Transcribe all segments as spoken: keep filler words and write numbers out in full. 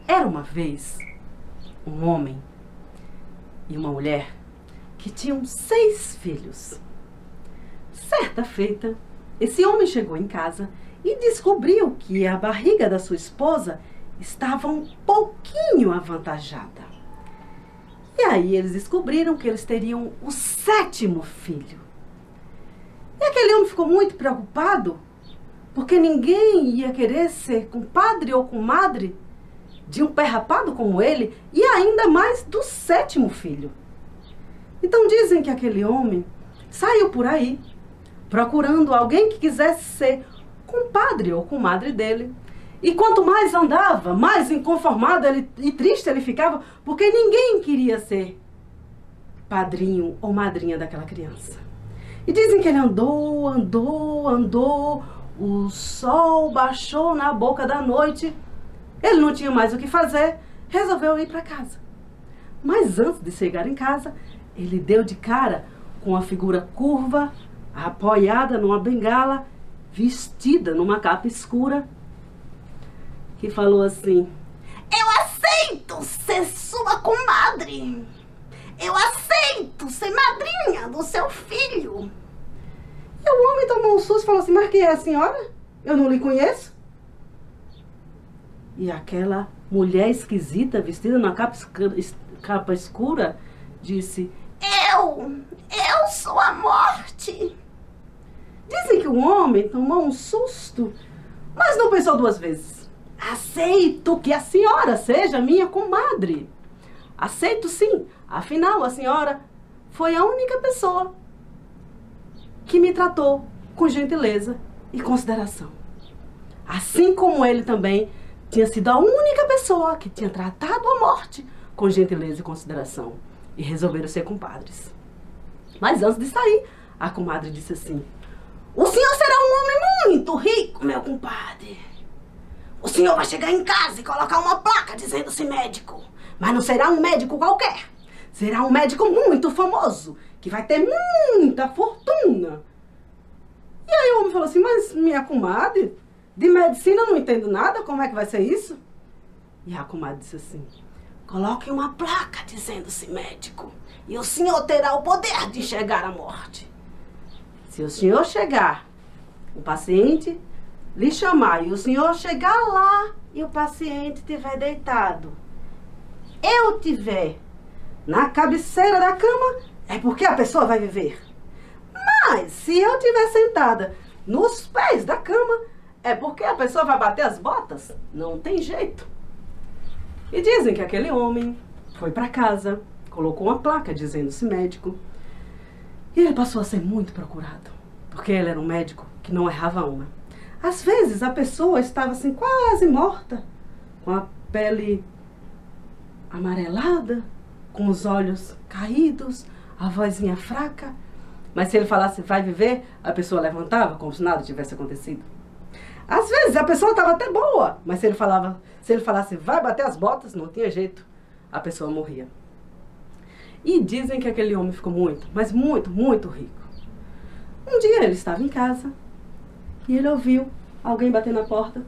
Era uma vez um homem e uma mulher que tinham seis filhos. Certa feita, esse homem chegou em casa e descobriu que a barriga da sua esposa estava um pouquinho avantajada. E aí eles descobriram que eles teriam o sétimo filho. E aquele homem ficou muito preocupado, porque ninguém ia querer ser compadre ou comadre de um pé rapado como ele, e ainda mais do sétimo filho. Então dizem que aquele homem saiu por aí, procurando alguém que quisesse ser compadre ou comadre dele. E quanto mais andava, mais inconformado ele, e triste ele ficava, porque ninguém queria ser padrinho ou madrinha daquela criança. E dizem que ele andou, andou, andou, o sol baixou na boca da noite. Ele não tinha mais o que fazer, resolveu ir para casa. Mas antes de chegar em casa, ele deu de cara com uma figura curva, apoiada numa bengala, vestida numa capa escura, que falou assim: "Eu aceito ser sua comadre. Eu aceito ser madrinha do seu filho." E o homem tomou um susto e falou assim: "Mas quem é a senhora? Eu não lhe conheço." E aquela mulher esquisita, vestida numa capa, capa escura, disse: Eu, eu sou a morte." Dizem que o homem tomou um susto, mas não pensou duas vezes. "Aceito que a senhora seja minha comadre. Aceito sim, afinal a senhora foi a única pessoa que me tratou com gentileza e consideração. Assim como ele também tinha sido a única pessoa que tinha tratado a morte com gentileza e consideração. E resolveram ser compadres." Mas antes de sair, a comadre disse assim: "O senhor será um homem muito rico, meu compadre. O senhor vai chegar em casa e colocar uma placa dizendo-se médico. Mas não será um médico qualquer. Será um médico muito famoso, que vai ter muita fortuna." E aí o homem falou assim: "Mas minha comadre, de medicina eu não entendo nada, como é que vai ser isso?" E a comadre disse assim: "Coloque uma placa dizendo-se médico, e o senhor terá o poder de enxergar a morte. Se o senhor chegar, o paciente lhe chamar, e o senhor chegar lá e o paciente estiver deitado, eu tiver na cabeceira da cama, é porque a pessoa vai viver. Mas se eu estiver sentada nos pés da cama, é porque a pessoa vai bater as botas. Não tem jeito." E dizem que aquele homem foi para casa, colocou uma placa dizendo-se médico, e ele passou a ser muito procurado, porque ele era um médico que não errava uma. Às vezes a pessoa estava assim quase morta, com a pele amarelada, com os olhos caídos, a vozinha fraca, mas se ele falasse vai viver, a pessoa levantava como se nada tivesse acontecido. Às vezes a pessoa estava até boa, mas se ele falava, se ele falasse vai bater as botas, não tinha jeito, a pessoa morria. E dizem que aquele homem ficou muito, mas muito, muito rico. Um dia ele estava em casa e ele ouviu alguém bater na porta.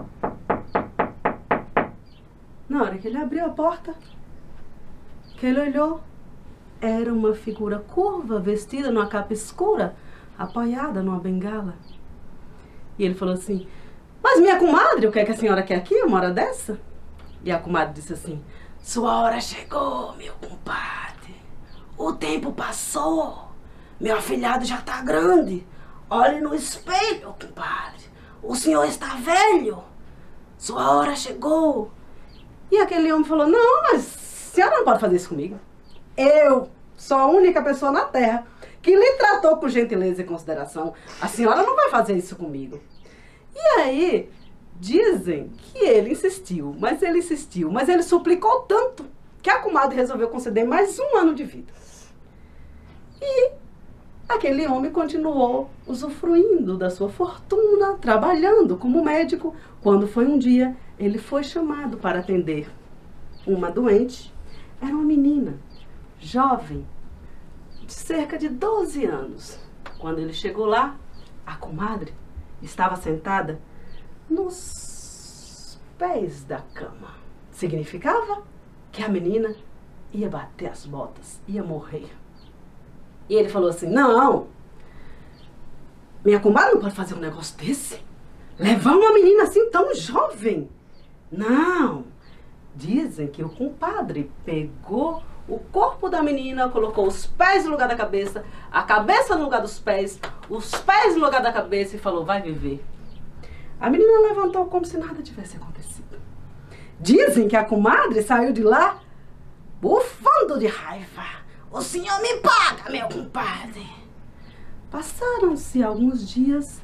Na hora que ele abriu a porta, que ele olhou, era uma figura curva, vestida numa capa escura, apoiada numa bengala. E ele falou assim: "Mas minha comadre, o que é que a senhora quer aqui uma hora dessa?" E a comadre disse assim: "Sua hora chegou, meu compadre. O tempo passou. Meu afilhado já está grande. Olhe no espelho, compadre. O senhor está velho. Sua hora chegou." E aquele homem falou: "Não, mas a senhora não pode fazer isso comigo. Eu sou a única pessoa na terra que lhe tratou com gentileza e consideração. A senhora não vai fazer isso comigo." E aí, dizem que ele insistiu, mas ele insistiu, mas ele suplicou tanto que a comadre resolveu conceder mais um ano de vida. E aquele homem continuou usufruindo da sua fortuna, trabalhando como médico, quando foi um dia, ele foi chamado para atender uma doente. Era uma menina, jovem, de cerca de doze anos. Quando ele chegou lá, a comadre estava sentada nos pés da cama. significava que a menina ia bater as botas, ia morrer. E ele falou assim, não, minha comadre não pode fazer um negócio desse. Levar uma menina assim tão jovem. Não. Dizem que o compadre pegou o corpo da menina, colocou os pés no lugar da cabeça, a cabeça no lugar dos pés, os pés no lugar da cabeça e falou, vai viver. A menina levantou como se nada tivesse acontecido. Dizem que a comadre saiu de lá bufando de raiva. O senhor me paga, meu compadre. Passaram-se alguns dias.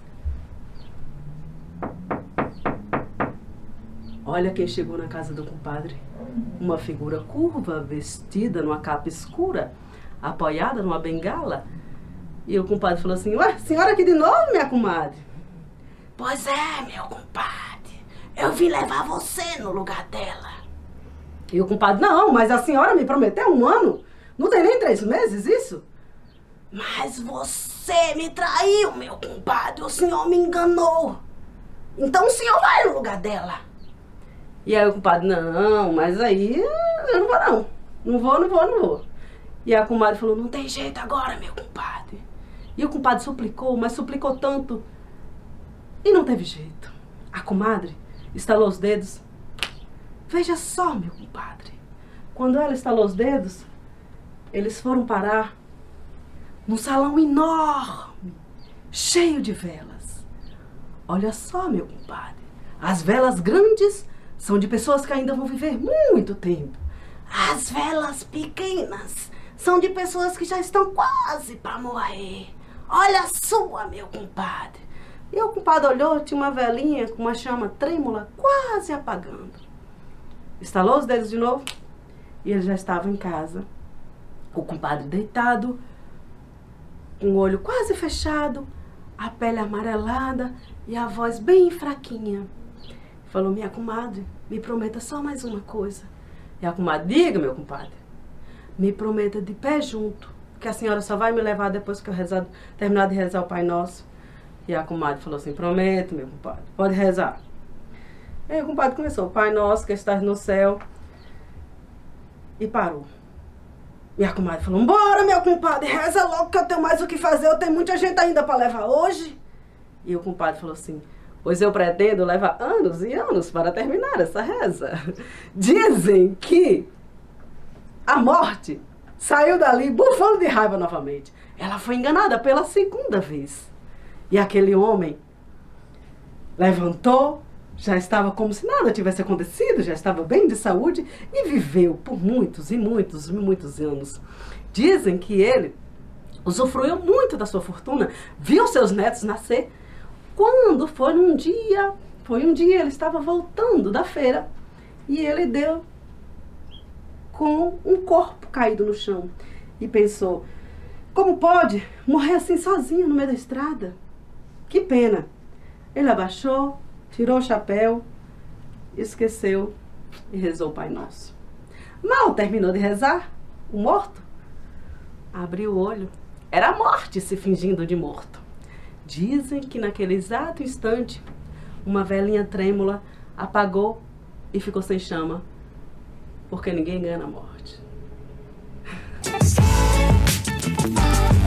Olha quem chegou na casa do compadre. Uma figura curva, vestida numa capa escura, apoiada numa bengala. E o compadre falou assim, ué, senhora aqui de novo, minha comadre? Pois é, meu compadre. Eu vim levar você no lugar dela. E o compadre, não, mas a senhora me prometeu um ano. Não tem nem três meses isso? Mas você me traiu, meu compadre. O senhor me enganou. Então o senhor vai no lugar dela. E aí o compadre, não, mas aí eu não vou não. Não vou, não vou, não vou. E a comadre falou, não tem jeito agora, meu compadre. E o compadre suplicou, mas suplicou tanto. E não teve jeito. A comadre estalou os dedos. Veja só, meu compadre. Quando ela estalou os dedos, eles foram parar num salão enorme, cheio de velas. Olha só, meu compadre. As velas grandes são de pessoas que ainda vão viver muito tempo. As velas pequenas são de pessoas que já estão quase para morrer. Olha a sua, meu compadre. E o compadre olhou, tinha uma velinha com uma chama trêmula quase apagando. Estalou os dedos de novo e ele já estava em casa. O compadre deitado, com o olho quase fechado, a pele amarelada e a voz bem fraquinha. Falou, minha comadre, me prometa só mais uma coisa. E a comadre, diga, meu compadre, me prometa de pé junto, que a senhora só vai me levar depois que eu rezar, terminar de rezar o Pai Nosso. E a comadre falou assim, prometo, meu compadre, pode rezar. E aí o compadre começou, Pai Nosso que estás no céu, e parou. E a comadre falou, bora, meu compadre, reza logo que eu tenho mais o que fazer, eu tenho muita gente ainda para levar hoje. E o compadre falou assim, pois eu pretendo levar anos e anos para terminar essa reza. Dizem que a morte saiu dali bufando de raiva novamente. Ela foi enganada pela segunda vez. E aquele homem levantou, já estava como se nada tivesse acontecido, já estava bem de saúde e viveu por muitos e muitos e muitos anos. Dizem que ele usufruiu muito da sua fortuna, viu seus netos nascer. Quando foi um dia, foi um dia, ele estava voltando da feira e ele deu com um corpo caído no chão e pensou, como pode morrer assim sozinho no meio da estrada? Que pena. Ele abaixou, tirou o chapéu, esqueceu e rezou o Pai Nosso. Mal terminou de rezar, o morto abriu o olho. Era a morte se fingindo de morto. Dizem que naquele exato instante, uma velinha trêmula apagou e ficou sem chama, porque ninguém engana a morte.